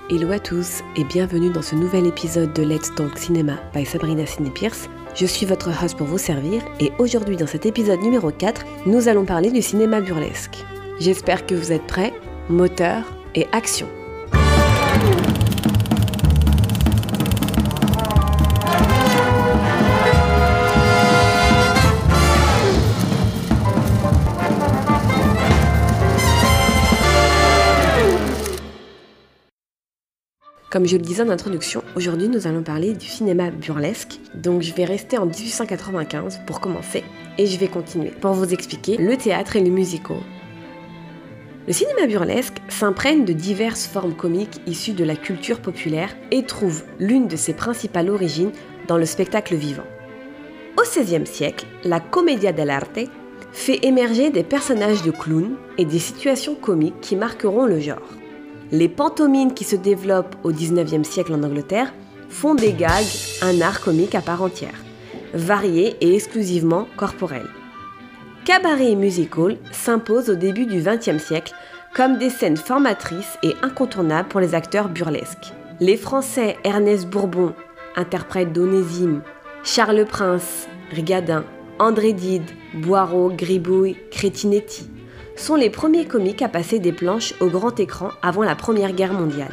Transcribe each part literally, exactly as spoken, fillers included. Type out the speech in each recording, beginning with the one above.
Hello à tous et bienvenue dans ce nouvel épisode de Let's Talk Cinéma by Sabrina Sidney Pierce. Je suis votre host pour vous servir et aujourd'hui dans cet épisode numéro quatre, nous allons parler du cinéma burlesque. J'espère que vous êtes prêts, moteur et action. Comme je le disais en introduction, aujourd'hui nous allons parler du cinéma burlesque. Donc je vais rester en dix-huit cent quatre-vingt-quinze pour commencer et je vais continuer pour vous expliquer le théâtre et le musical. Le cinéma burlesque s'imprègne de diverses formes comiques issues de la culture populaire et trouve l'une de ses principales origines dans le spectacle vivant. Au seizième siècle, la commedia dell'arte fait émerger des personnages de clowns et des situations comiques qui marqueront le genre. Les pantomimes qui se développent au dix-neuvième siècle en Angleterre font des gags un art comique à part entière, varié et exclusivement corporel. Cabaret et musical s'imposent au début du vingtième siècle comme des scènes formatrices et incontournables pour les acteurs burlesques. Les Français Ernest Bourbon, interprète d'Onésime, Charles Prince, Rigadin, André Dide, Boireau, Gribouille, Cretinetti sont les premiers comiques à passer des planches au grand écran avant la Première Guerre mondiale.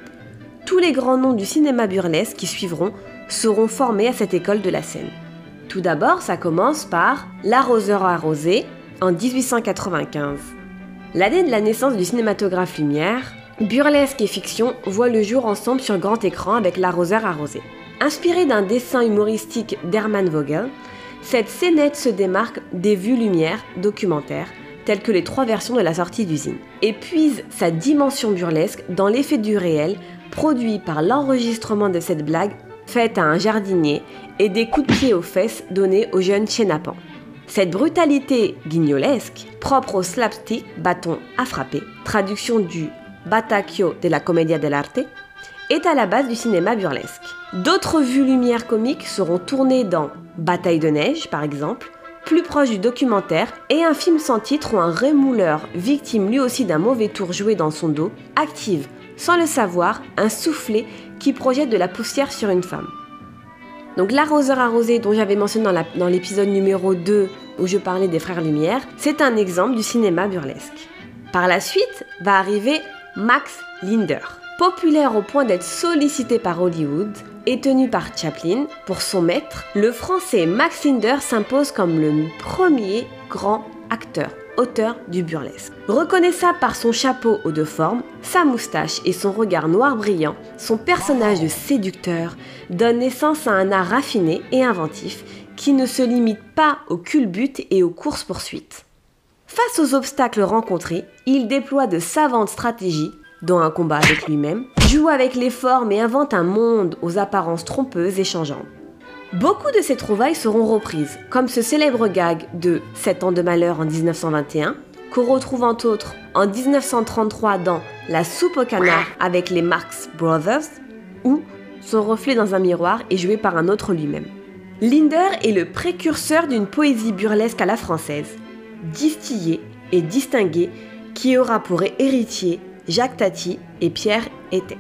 Tous les grands noms du cinéma burlesque qui suivront seront formés à cette école de la scène. Tout d'abord, ça commence par L'arroseur arrosé en dix-huit cent quatre-vingt-quinze. L'année de la naissance du cinématographe Lumière, burlesque et fiction voient le jour ensemble sur grand écran avec L'arroseur arrosé. Inspiré d'un dessin humoristique d'Hermann Vogel, cette scénette se démarque des vues Lumière documentaires telles que les trois versions de la sortie d'usine, et puise sa dimension burlesque dans l'effet du réel produit par l'enregistrement de cette blague faite à un jardinier et des coups de pied aux fesses donnés au jeune Chenapan. Cette brutalité guignolesque, propre au slapstick, bâton à frapper, traduction du Batacchio della Commedia dell'arte, est à la base du cinéma burlesque. D'autres vues lumière comiques seront tournées dans Bataille de neige, par exemple, plus proche du documentaire, et un film sans titre où un rémouleur, victime lui aussi d'un mauvais tour joué dans son dos, active, sans le savoir, un soufflet qui projette de la poussière sur une femme. Donc L'arroseur arrosé dont j'avais mentionné dans, la, dans l'épisode numéro deux où je parlais des Frères Lumière, c'est un exemple du cinéma burlesque. Par la suite va arriver Max Linder. Populaire au point d'être sollicité par Hollywood et tenu par Chaplin pour son maître, le français Max Linder s'impose comme le premier grand acteur, auteur du burlesque. Reconnaissable par son chapeau haut de forme, sa moustache et son regard noir brillant, son personnage de séducteur donne naissance à un art raffiné et inventif qui ne se limite pas aux culbutes et aux courses-poursuites. Face aux obstacles rencontrés, il déploie de savantes stratégies dont un combat avec lui-même, joue avec les formes et invente un monde aux apparences trompeuses et changeantes. Beaucoup de ces trouvailles seront reprises, comme ce célèbre gag de sept ans de malheur en dix-neuf cent vingt et un, qu'on retrouve entre autres en dix-neuf cent trente-trois dans La soupe au canard avec les Marx Brothers, où son reflet dans un miroir est joué par un autre lui-même. Linder est le précurseur d'une poésie burlesque à la française, distillée et distinguée, qui aura pour héritier Jacques Tati et Pierre Étex.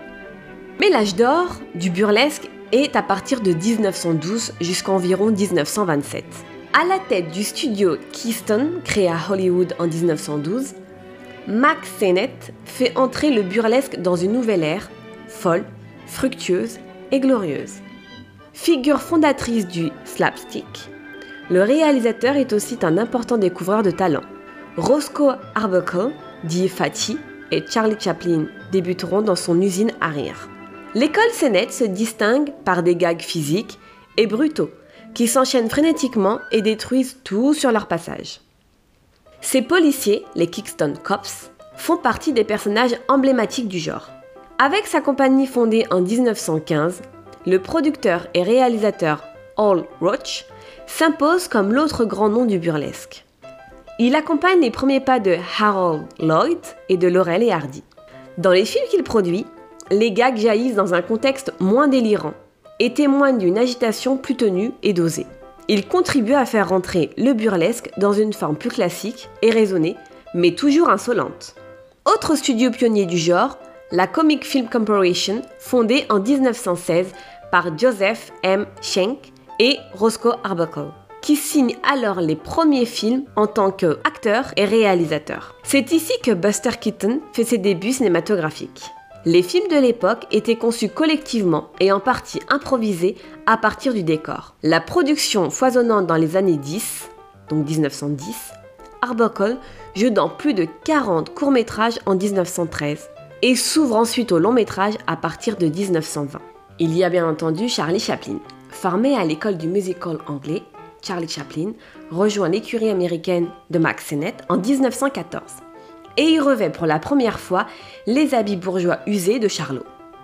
Mais l'âge d'or du burlesque est à partir de dix-neuf cent douze jusqu'à environ dix-neuf cent vingt-sept. À la tête du studio Keystone, créé à Hollywood en dix-neuf cent douze, Mack Sennett fait entrer le burlesque dans une nouvelle ère, folle, fructueuse et glorieuse. Figure fondatrice du slapstick, le réalisateur est aussi un important découvreur de talent. Roscoe Arbuckle, dit Fatty, et Charlie Chaplin débuteront dans son usine à rire. L'école Sennett se distingue par des gags physiques et brutaux qui s'enchaînent frénétiquement et détruisent tout sur leur passage. Ces policiers, les Kingston Cops, font partie des personnages emblématiques du genre. Avec sa compagnie fondée en dix-neuf cent quinze, le producteur et réalisateur Hal Roach s'impose comme l'autre grand nom du burlesque. Il accompagne les premiers pas de Harold Lloyd et de Laurel et Hardy. Dans les films qu'il produit, les gags jaillissent dans un contexte moins délirant et témoignent d'une agitation plus tenue et dosée. Il contribue à faire rentrer le burlesque dans une forme plus classique et raisonnée, mais toujours insolente. Autre studio pionnier du genre, la Comic Film Corporation, fondée en dix-neuf cent seize par Joseph M. Schenck et Roscoe Arbuckle, qui signe alors les premiers films en tant qu'acteur et réalisateur. C'est ici que Buster Keaton fait ses débuts cinématographiques. Les films de l'époque étaient conçus collectivement et en partie improvisés à partir du décor. La production foisonnante dans les années dix, donc dix-neuf cent dix, Arbuckle joue dans plus de quarante courts-métrages en dix-neuf cent treize et s'ouvre ensuite au long-métrage à partir de dix-neuf cent vingt. Il y a bien entendu Charlie Chaplin. Formé à l'école du musical anglais, Charlie Chaplin rejoint l'écurie américaine de Mack Sennett en dix-neuf cent quatorze. Et il revêt pour la première fois les habits bourgeois usés de Charlot.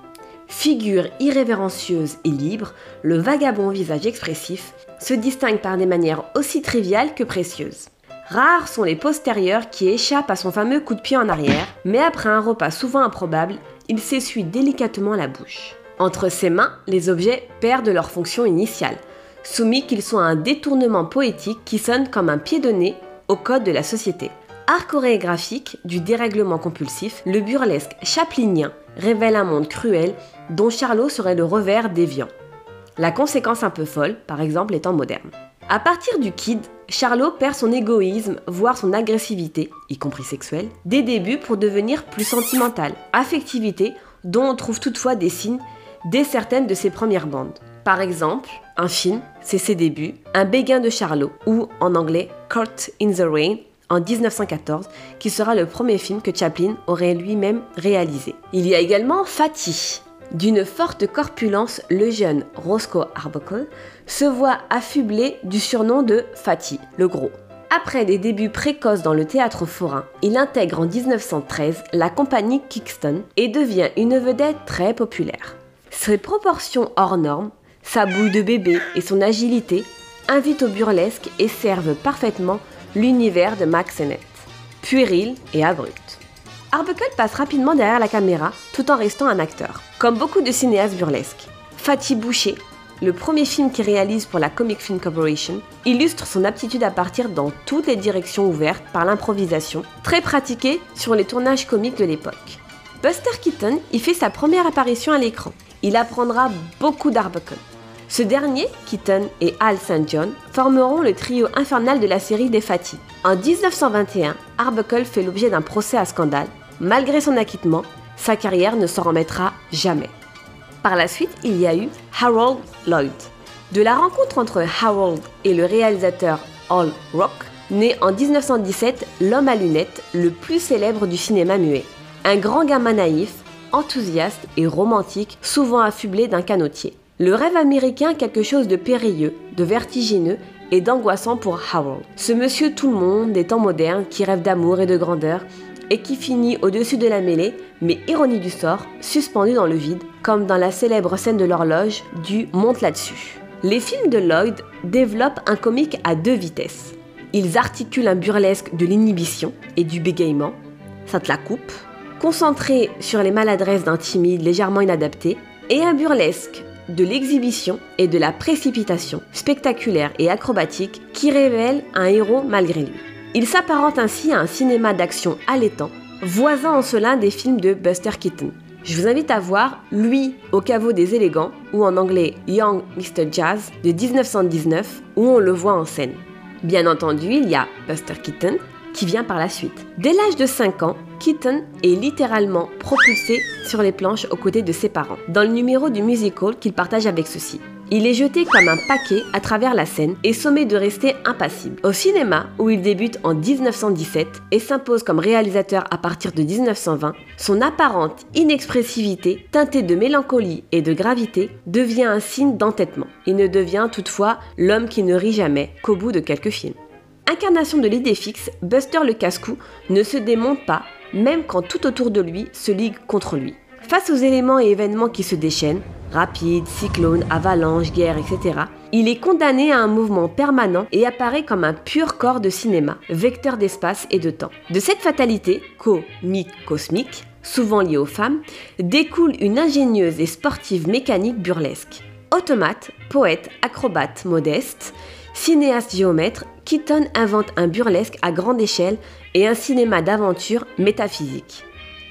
Figure irrévérencieuse et libre, le vagabond au visage expressif se distingue par des manières aussi triviales que précieuses. Rares sont les postérieurs qui échappent à son fameux coup de pied en arrière, mais après un repas souvent improbable, il s'essuie délicatement la bouche. Entre ses mains, les objets perdent leur fonction initiale, soumis qu'ils sont à un détournement poétique qui sonne comme un pied de nez au code de la société. Art chorégraphique du dérèglement compulsif, le burlesque chaplinien révèle un monde cruel dont Charlot serait le revers déviant. La conséquence un peu folle, par exemple, étant moderne. À partir du Kid, Charlot perd son égoïsme, voire son agressivité, y compris sexuelle, dès débuts pour devenir plus sentimental. Affectivité dont on trouve toutefois des signes dès certaines de ses premières bandes. Par exemple, un film, c'est ses débuts, Un béguin de Charlot, ou en anglais Caught in the Rain, en dix-neuf cent quatorze, qui sera le premier film que Chaplin aurait lui-même réalisé. Il y a également Fatty. D'une forte corpulence, le jeune Roscoe Arbuckle se voit affublé du surnom de Fatty, le gros. Après des débuts précoces dans le théâtre forain, il intègre en dix-neuf cent treize la compagnie Kingston et devient une vedette très populaire. Ses proportions hors normes, sa bouille de bébé et son agilité invitent au burlesque et servent parfaitement l'univers de Mack Sennett, puéril et abrupt. Arbuckle passe rapidement derrière la caméra tout en restant un acteur, comme beaucoup de cinéastes burlesques. Fatty Boucher, le premier film qu'il réalise pour la Comic Film Corporation, illustre son aptitude à partir dans toutes les directions ouvertes par l'improvisation, très pratiquée sur les tournages comiques de l'époque. Buster Keaton y fait sa première apparition à l'écran. Il apprendra beaucoup d'Arbuckle. Ce dernier, Keaton et Al Saint John, formeront le trio infernal de la série des Fatty. En dix-neuf cent vingt et un, Arbuckle fait l'objet d'un procès à scandale. Malgré son acquittement, sa carrière ne s'en remettra jamais. Par la suite, il y a eu Harold Lloyd. De la rencontre entre Harold et le réalisateur Al Rock, naît en dix-neuf cent dix-sept l'homme à lunettes le plus célèbre du cinéma muet. Un grand gamin naïf, enthousiaste et romantique, souvent affublé d'un canotier. Le rêve américain, quelque chose de périlleux, de vertigineux et d'angoissant pour Harold. Ce monsieur tout le monde des temps modernes qui rêve d'amour et de grandeur et qui finit au-dessus de la mêlée, mais ironie du sort, suspendu dans le vide, comme dans la célèbre scène de l'horloge du Monte là-dessus. Les films de Lloyd développent un comique à deux vitesses. Ils articulent un burlesque de l'inhibition et du bégaiement, ça te la coupe, concentré sur les maladresses d'un timide légèrement inadapté, et un burlesque de l'exhibition et de la précipitation, spectaculaire et acrobatique, qui révèle un héros malgré lui. Il s'apparente ainsi à un cinéma d'action allaitant, voisin en cela des films de Buster Keaton. Je vous invite à voir Lui au caveau des élégants, ou en anglais Young mister Jazz, de dix-neuf cent dix-neuf, où on le voit en scène. Bien entendu, il y a Buster Keaton, qui vient par la suite. Dès l'âge de cinq ans, Keaton est littéralement propulsé sur les planches aux côtés de ses parents, dans le numéro du musical qu'il partage avec ceux-ci. Il est jeté comme un paquet à travers la scène et sommé de rester impassible. Au cinéma, où il débute en dix-neuf cent dix-sept et s'impose comme réalisateur à partir de dix-neuf cent vingt, son apparente inexpressivité, teintée de mélancolie et de gravité, devient un signe d'entêtement. Il ne devient toutefois l'homme qui ne rit jamais qu'au bout de quelques films. Incarnation de l'idée fixe, Buster le casse-cou ne se démonte pas, même quand tout autour de lui se ligue contre lui. Face aux éléments et événements qui se déchaînent, rapides, cyclones, avalanches, guerres, et cetera, il est condamné à un mouvement permanent et apparaît comme un pur corps de cinéma, vecteur d'espace et de temps. De cette fatalité, co-mi-cosmique, souvent liée aux femmes, découle une ingénieuse et sportive mécanique burlesque. Automate, poète, acrobate modeste, cinéaste géomètre, Keaton invente un burlesque à grande échelle et un cinéma d'aventure métaphysique.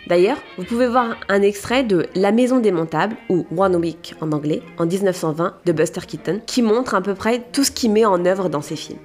D'ailleurs, vous pouvez voir un extrait de La Maison démontable, ou One Week en anglais, en dix-neuf cent vingt de Buster Keaton, qui montre à peu près tout ce qu'il met en œuvre dans ses films.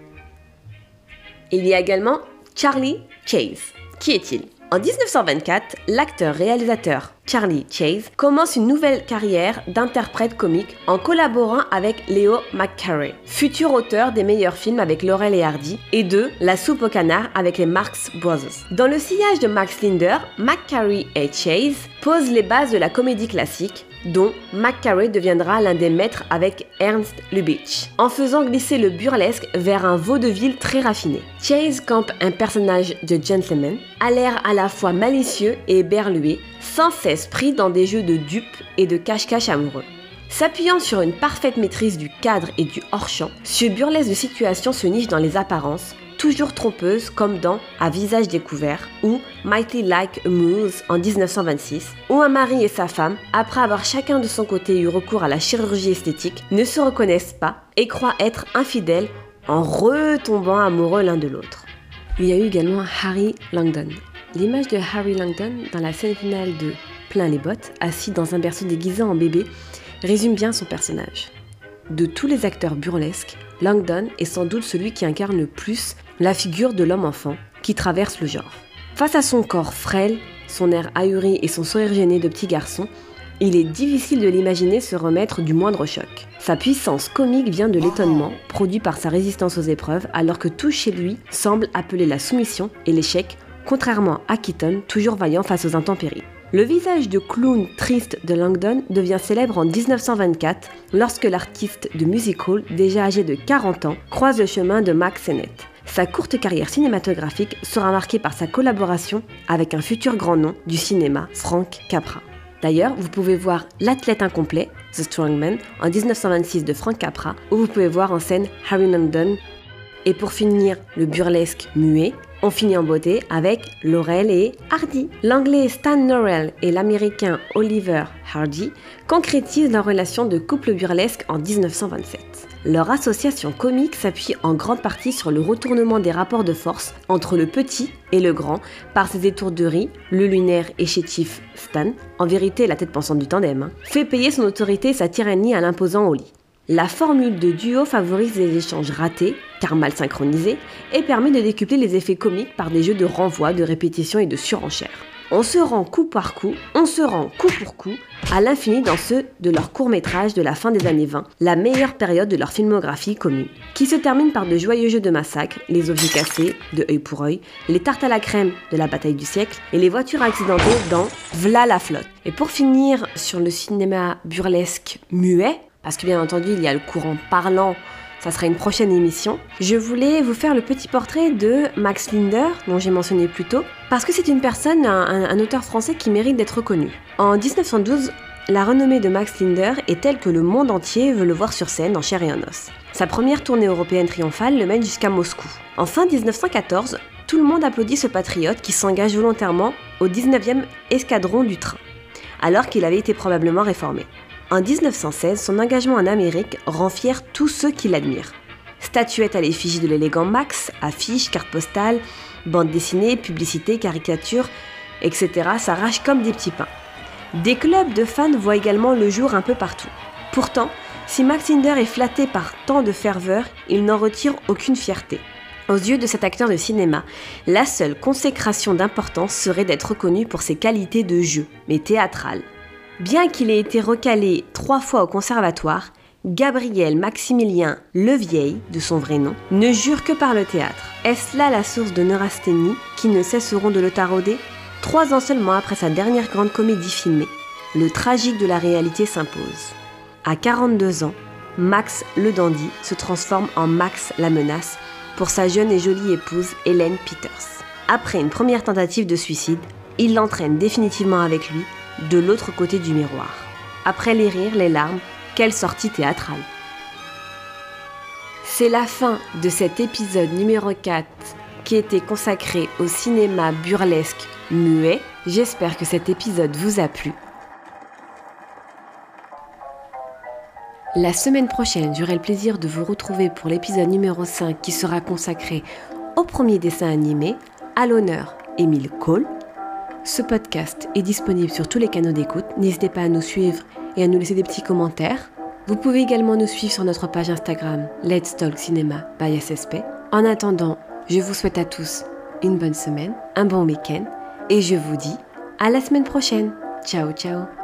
Il y a également Charlie Chase. Qui est-il ? En dix-neuf cent vingt-quatre, l'acteur-réalisateur Charlie Chase commence une nouvelle carrière d'interprète comique en collaborant avec Leo McCarey, futur auteur des meilleurs films avec Laurel et Hardy et de La soupe au canard avec les Marx Brothers. Dans le sillage de Max Linder, McCarey et Chase posent les bases de la comédie classique, dont McCarey deviendra l'un des maîtres avec Ernst Lubitsch, en faisant glisser le burlesque vers un vaudeville très raffiné. Chase campe un personnage de gentleman, à l'air à la fois malicieux et éberlué, sans cesse pris dans des jeux de dupes et de cache-cache amoureux. S'appuyant sur une parfaite maîtrise du cadre et du hors-champ, ce burlesque de situation se niche dans les apparences, toujours trompeuses comme dans À visage découvert ou Mighty Like a Mouse en dix-neuf cent vingt-six, où un mari et sa femme, après avoir chacun de son côté eu recours à la chirurgie esthétique, ne se reconnaissent pas et croient être infidèles en retombant amoureux l'un de l'autre. Il y a eu également Harry Langdon. L'image de Harry Langdon dans la scène finale de Plein les bottes, assis dans un berceau déguisé en bébé, résume bien son personnage. De tous les acteurs burlesques, Langdon est sans doute celui qui incarne le plus la figure de l'homme-enfant qui traverse le genre. Face à son corps frêle, son air ahuri et son sourire gêné de petit garçon, il est difficile de l'imaginer se remettre du moindre choc. Sa puissance comique vient de l'étonnement, produit par sa résistance aux épreuves, alors que tout chez lui semble appeler la soumission et l'échec, contrairement à Keaton, toujours vaillant face aux intempéries. Le visage de clown triste de Langdon devient célèbre en dix-neuf cent vingt-quatre lorsque l'artiste de music hall, déjà âgé de quarante ans, croise le chemin de Mack Sennett. Sa courte carrière cinématographique sera marquée par sa collaboration avec un futur grand nom du cinéma, Frank Capra. D'ailleurs, vous pouvez voir L'athlète incomplet, The Strongman, en dix-neuf cent vingt-six de Frank Capra, où vous pouvez voir en scène Harry Langdon. Et pour finir, le burlesque muet, on finit en beauté avec Laurel et Hardy. L'anglais Stan Laurel et l'américain Oliver Hardy concrétisent leur relation de couple burlesque en dix-neuf cent vingt-sept. Leur association comique s'appuie en grande partie sur le retournement des rapports de force entre le petit et le grand par ses étourderies, le lunaire et chétif Stan, en vérité la tête pensante du tandem, hein, fait payer son autorité et sa tyrannie à l'imposant au lit. La formule de duo favorise les échanges ratés, car mal synchronisés, et permet de décupler les effets comiques par des jeux de renvoi, de répétition et de surenchère. On se rend coup par coup, on se rend coup pour coup, à l'infini dans ceux de leurs courts-métrages de la fin des années vingt, la meilleure période de leur filmographie commune, qui se termine par de joyeux jeux de massacre, les objets cassés, de œil pour œil, les tartes à la crème de la bataille du siècle, et les voitures accidentées dans V'là la flotte. Et pour finir sur le cinéma burlesque muet, parce que bien entendu il y a le courant parlant, ça sera une prochaine émission, je voulais vous faire le petit portrait de Max Linder, dont j'ai mentionné plus tôt, parce que c'est une personne, un, un auteur français qui mérite d'être reconnu. En dix-neuf cent douze, la renommée de Max Linder est telle que le monde entier veut le voir sur scène en chair et en os. Sa première tournée européenne triomphale le mène jusqu'à Moscou. En fin dix-neuf cent quatorze, tout le monde applaudit ce patriote qui s'engage volontairement au dix-neuvième escadron du train, alors qu'il avait été probablement réformé. En dix-neuf cent seize, son engagement en Amérique rend fier tous ceux qui l'admirent. Statuettes à l'effigie de l'élégant Max, affiches, cartes postales, bandes dessinées, publicités, caricatures, et cetera s'arrachent comme des petits pains. Des clubs de fans voient également le jour un peu partout. Pourtant, si Max Linder est flatté par tant de ferveur, il n'en retire aucune fierté. Aux yeux de cet acteur de cinéma, la seule consécration d'importance serait d'être reconnu pour ses qualités de jeu, mais théâtrales. Bien qu'il ait été recalé trois fois au conservatoire, Gabriel Maximilien Levieille, de son vrai nom, ne jure que par le théâtre. Est-ce là la source de neurasthénie qui ne cesseront de le tarauder ? Trois ans seulement après sa dernière grande comédie filmée, le tragique de la réalité s'impose. À quarante-deux ans, Max le dandy se transforme en Max la menace pour sa jeune et jolie épouse Hélène Peters. Après une première tentative de suicide, il l'entraîne définitivement avec lui de l'autre côté du miroir. Après les rires, les larmes, quelle sortie théâtrale! C'est la fin de cet épisode numéro quatre qui était consacré au cinéma burlesque muet. J'espère que cet épisode vous a plu. La semaine prochaine, j'aurai le plaisir de vous retrouver pour l'épisode numéro cinq qui sera consacré au premier dessin animé, à l'honneur Émile Cole. Ce podcast est disponible sur tous les canaux d'écoute. N'hésitez pas à nous suivre et à nous laisser des petits commentaires. Vous pouvez également nous suivre sur notre page Instagram Let's Talk Cinema by S S P. En attendant, je vous souhaite à tous une bonne semaine, un bon week-end et je vous dis à la semaine prochaine. Ciao, ciao.